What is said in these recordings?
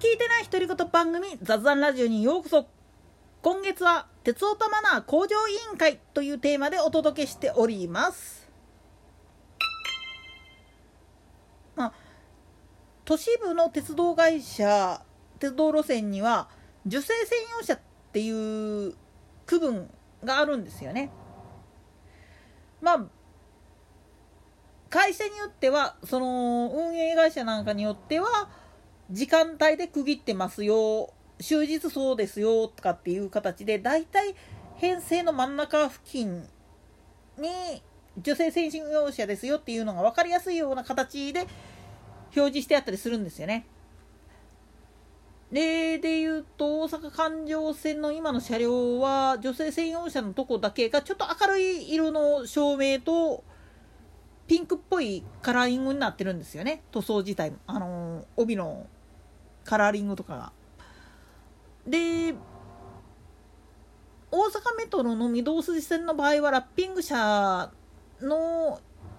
聞いてない独り言番組雑談ラジオにようこそ。今月は鉄オタマナー向上委員会というテーマでお届けしております。都市部の鉄道会社、鉄道路線には女性専用車っていう区分があるんですよね。会社によっては、その運営会社なんかによっては時間帯で区切ってますよ、終日そうですよとかっていう形で、だいたい編成の真ん中付近に女性専用車ですよっていうのが分かりやすいような形で表示してあったりするんですよね。例で言うと、大阪環状線の今の車両は女性専用車のとこだけがちょっと明るい色の照明とピンクっぽいカラーリングになってるんですよね。塗装自体も帯のカラーリングとかが。で、大阪メトロの御堂筋線の場合はラッピング車の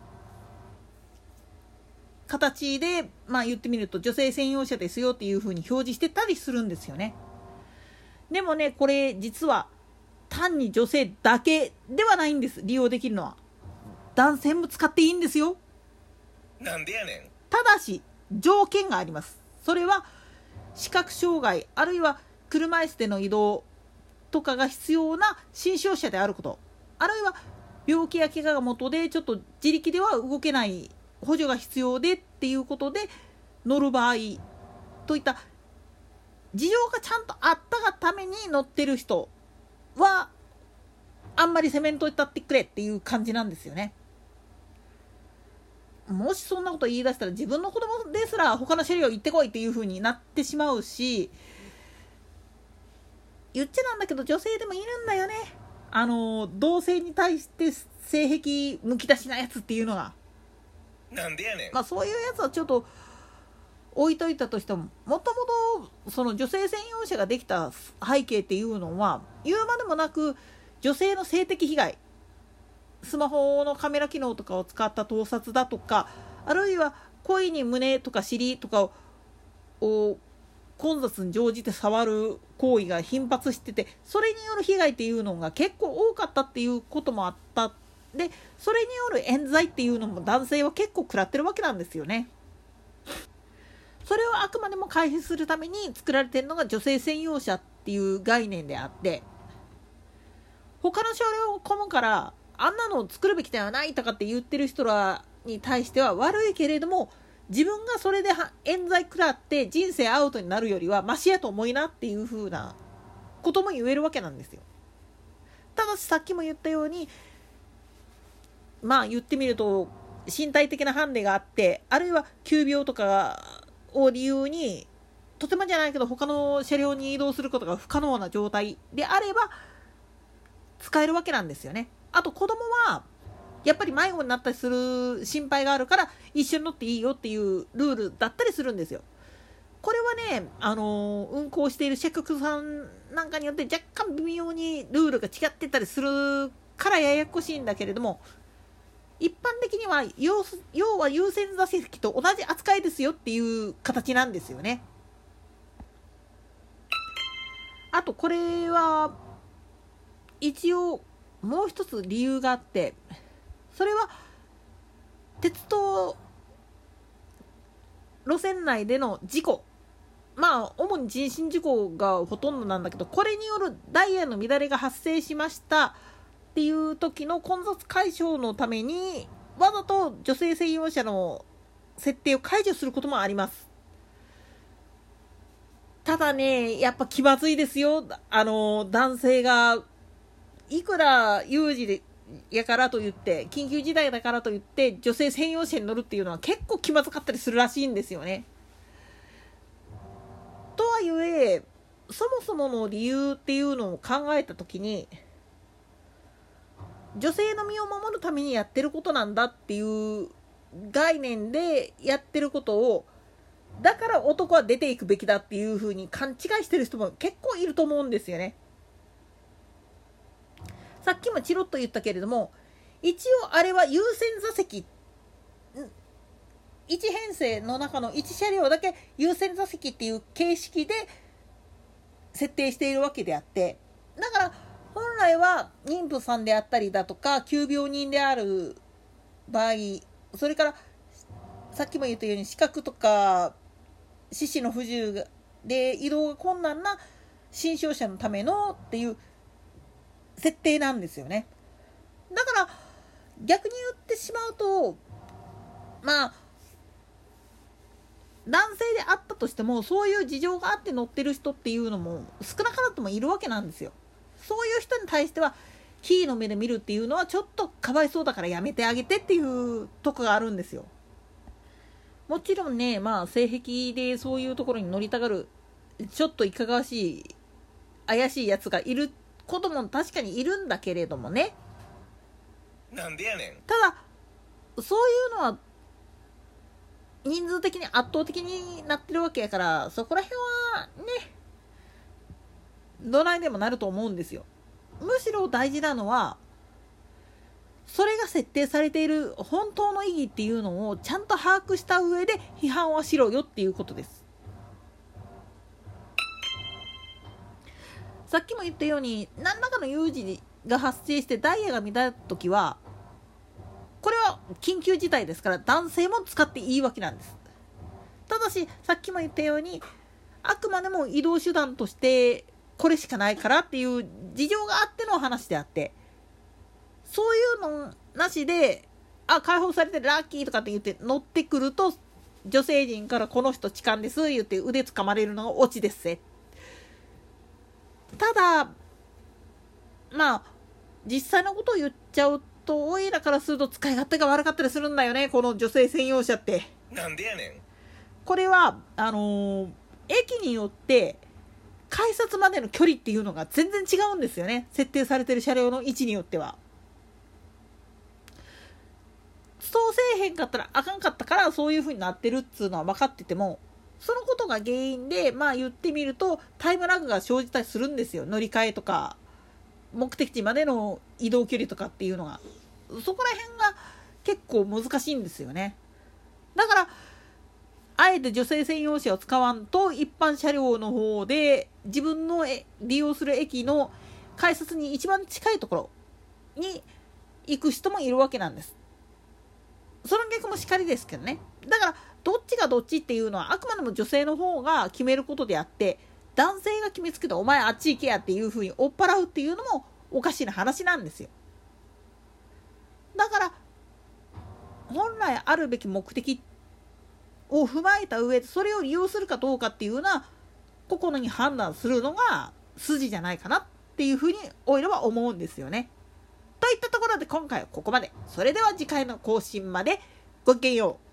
形で、言ってみると女性専用車ですよっていう風に表示してたりするんですよね。でもね、これ実は単に女性だけではないんです。利用できるのは男性も使っていいんですよ。 なんでやねん。 ただし条件があります。それは視覚障害あるいは車椅子での移動とかが必要な身障者であること、あるいは病気や怪我が元でちょっと自力では動けない補助が必要でっていうことで乗る場合といった事情がちゃんとあったがために乗ってる人はあんまり責めんといたってくれっていう感じなんですよね。もしそんなこと言い出したら自分の子供ですら他の車両行ってこいっていう風になってしまうし、言っちゃなんだけど女性でもいるんだよね。同性に対して性癖むき出しなやつっていうのが。 なんでやねん。 そういうやつはちょっと置いといたとしても、もともとその女性専用車ができた背景っていうのは言うまでもなく、女性の性的被害、スマホのカメラ機能とかを使った盗撮だとか、あるいは恋に胸とか尻とかを混雑に乗じて触る行為が頻発してて、それによる被害っていうのが結構多かったっていうこともあった。でそれによる冤罪っていうのも男性は結構食らってるわけなんですよね。それをあくまでも回避するために作られているのが女性専用車っていう概念であって、他の車両を混むからあんなのを作るべきではないとかって言ってる人らに対しては悪いけれども、自分がそれで冤罪食らって人生アウトになるよりはマシやと思いなっていう風なことも言えるわけなんですよ。ただしさっきも言ったように、言ってみると身体的なハンデがあって、あるいは急病とかを理由にとてもじゃないけど他の車両に移動することが不可能な状態であれば使えるわけなんですよね。あと子供はやっぱり迷子になったりする心配があるから一緒に乗っていいよっていうルールだったりするんですよ。これはね、運行している車局さんなんかによって若干微妙にルールが違ってたりするからややこしいんだけれども、一般的には要は優先座席と同じ扱いですよっていう形なんですよね。あとこれは一応もう一つ理由があって、それは鉄道路線内での事故、主に人身事故がほとんどなんだけど、これによるダイヤの乱れが発生しましたっていう時の混雑解消のためにわざと女性専用車の設定を解除することもあります。ただね、やっぱ気まずいですよ。男性がいくら有事でやからと言って、緊急事態だからと言って女性専用車に乗るっていうのは結構気まずかったりするらしいんですよね。とはいえ、そもそもの理由っていうのを考えたときに、女性の身を守るためにやってることなんだっていう概念でやってることを、だから男は出ていくべきだっていう風に勘違いしてる人も結構いると思うんですよね。さっきもチロッと言ったけれども、一応あれは優先座席 1編成の中の1車両だけ優先座席っていう形式で設定しているわけであって、だから本来は妊婦さんであったりだとか急病人である場合、それからさっきも言ったように視覚とか四肢の不自由で移動が困難な身障者のためのっていう設定なんですよね。だから逆に言ってしまうと、まあ男性であったとしてもそういう事情があって乗ってる人っていうのも少なからずもいるわけなんですよ。そういう人に対しては非の目で見るっていうのはちょっとかわいそうだからやめてあげてっていうとこがあるんですよ。もちろんね、性癖でそういうところに乗りたがるちょっといかがわしい怪しいやつがいることも確かにいるんだけれどもね。 なんでやねん。 ただそういうのは人数的に圧倒的になってるわけやから、そこら辺はねどないでもなると思うんですよ。むしろ大事なのはそれが設定されている本当の意義っていうのをちゃんと把握した上で批判はしろよっていうことです。さっきも言ったように何らかの有事が発生してダイヤが乱れた時はこれは緊急事態ですから男性も使っていいわけなんです。ただしさっきも言ったようにあくまでも移動手段としてこれしかないからっていう事情があっての話であって、そういうのなしで解放されてラッキーとかって言って乗ってくると女性陣からこの人痴漢です言って腕つかまれるのがオチですぜ。ただ実際のことを言っちゃうとおいらからすると使い勝手が悪かったりするんだよね、この女性専用車って。 なんでやねん。 これは駅によって改札までの距離っていうのが全然違うんですよね。設定されてる車両の位置によっては。そうせえへんかったらあかんかったからそういう風になってるっつうのは分かってても、そのことが原因で言ってみるとタイムラグが生じたりするんですよ。乗り換えとか目的地までの移動距離とかっていうのが、そこら辺が結構難しいんですよね。だからあえて女性専用車を使わんと一般車両の方で自分の利用する駅の改札に一番近いところに行く人もいるわけなんです。その逆もしかりですけどね。だからどっちがどっちっていうのはあくまでも女性の方が決めることであって、男性が決めつけてお前あっち行けやっていう風に追っ払うっていうのもおかしな話なんですよ。だから本来あるべき目的を踏まえた上でそれを利用するかどうかっていうのは個々に判断するのが筋じゃないかなっていうふうにおいらは思うんですよね。といったところで今回はここまで。それでは次回の更新までごきげんよう。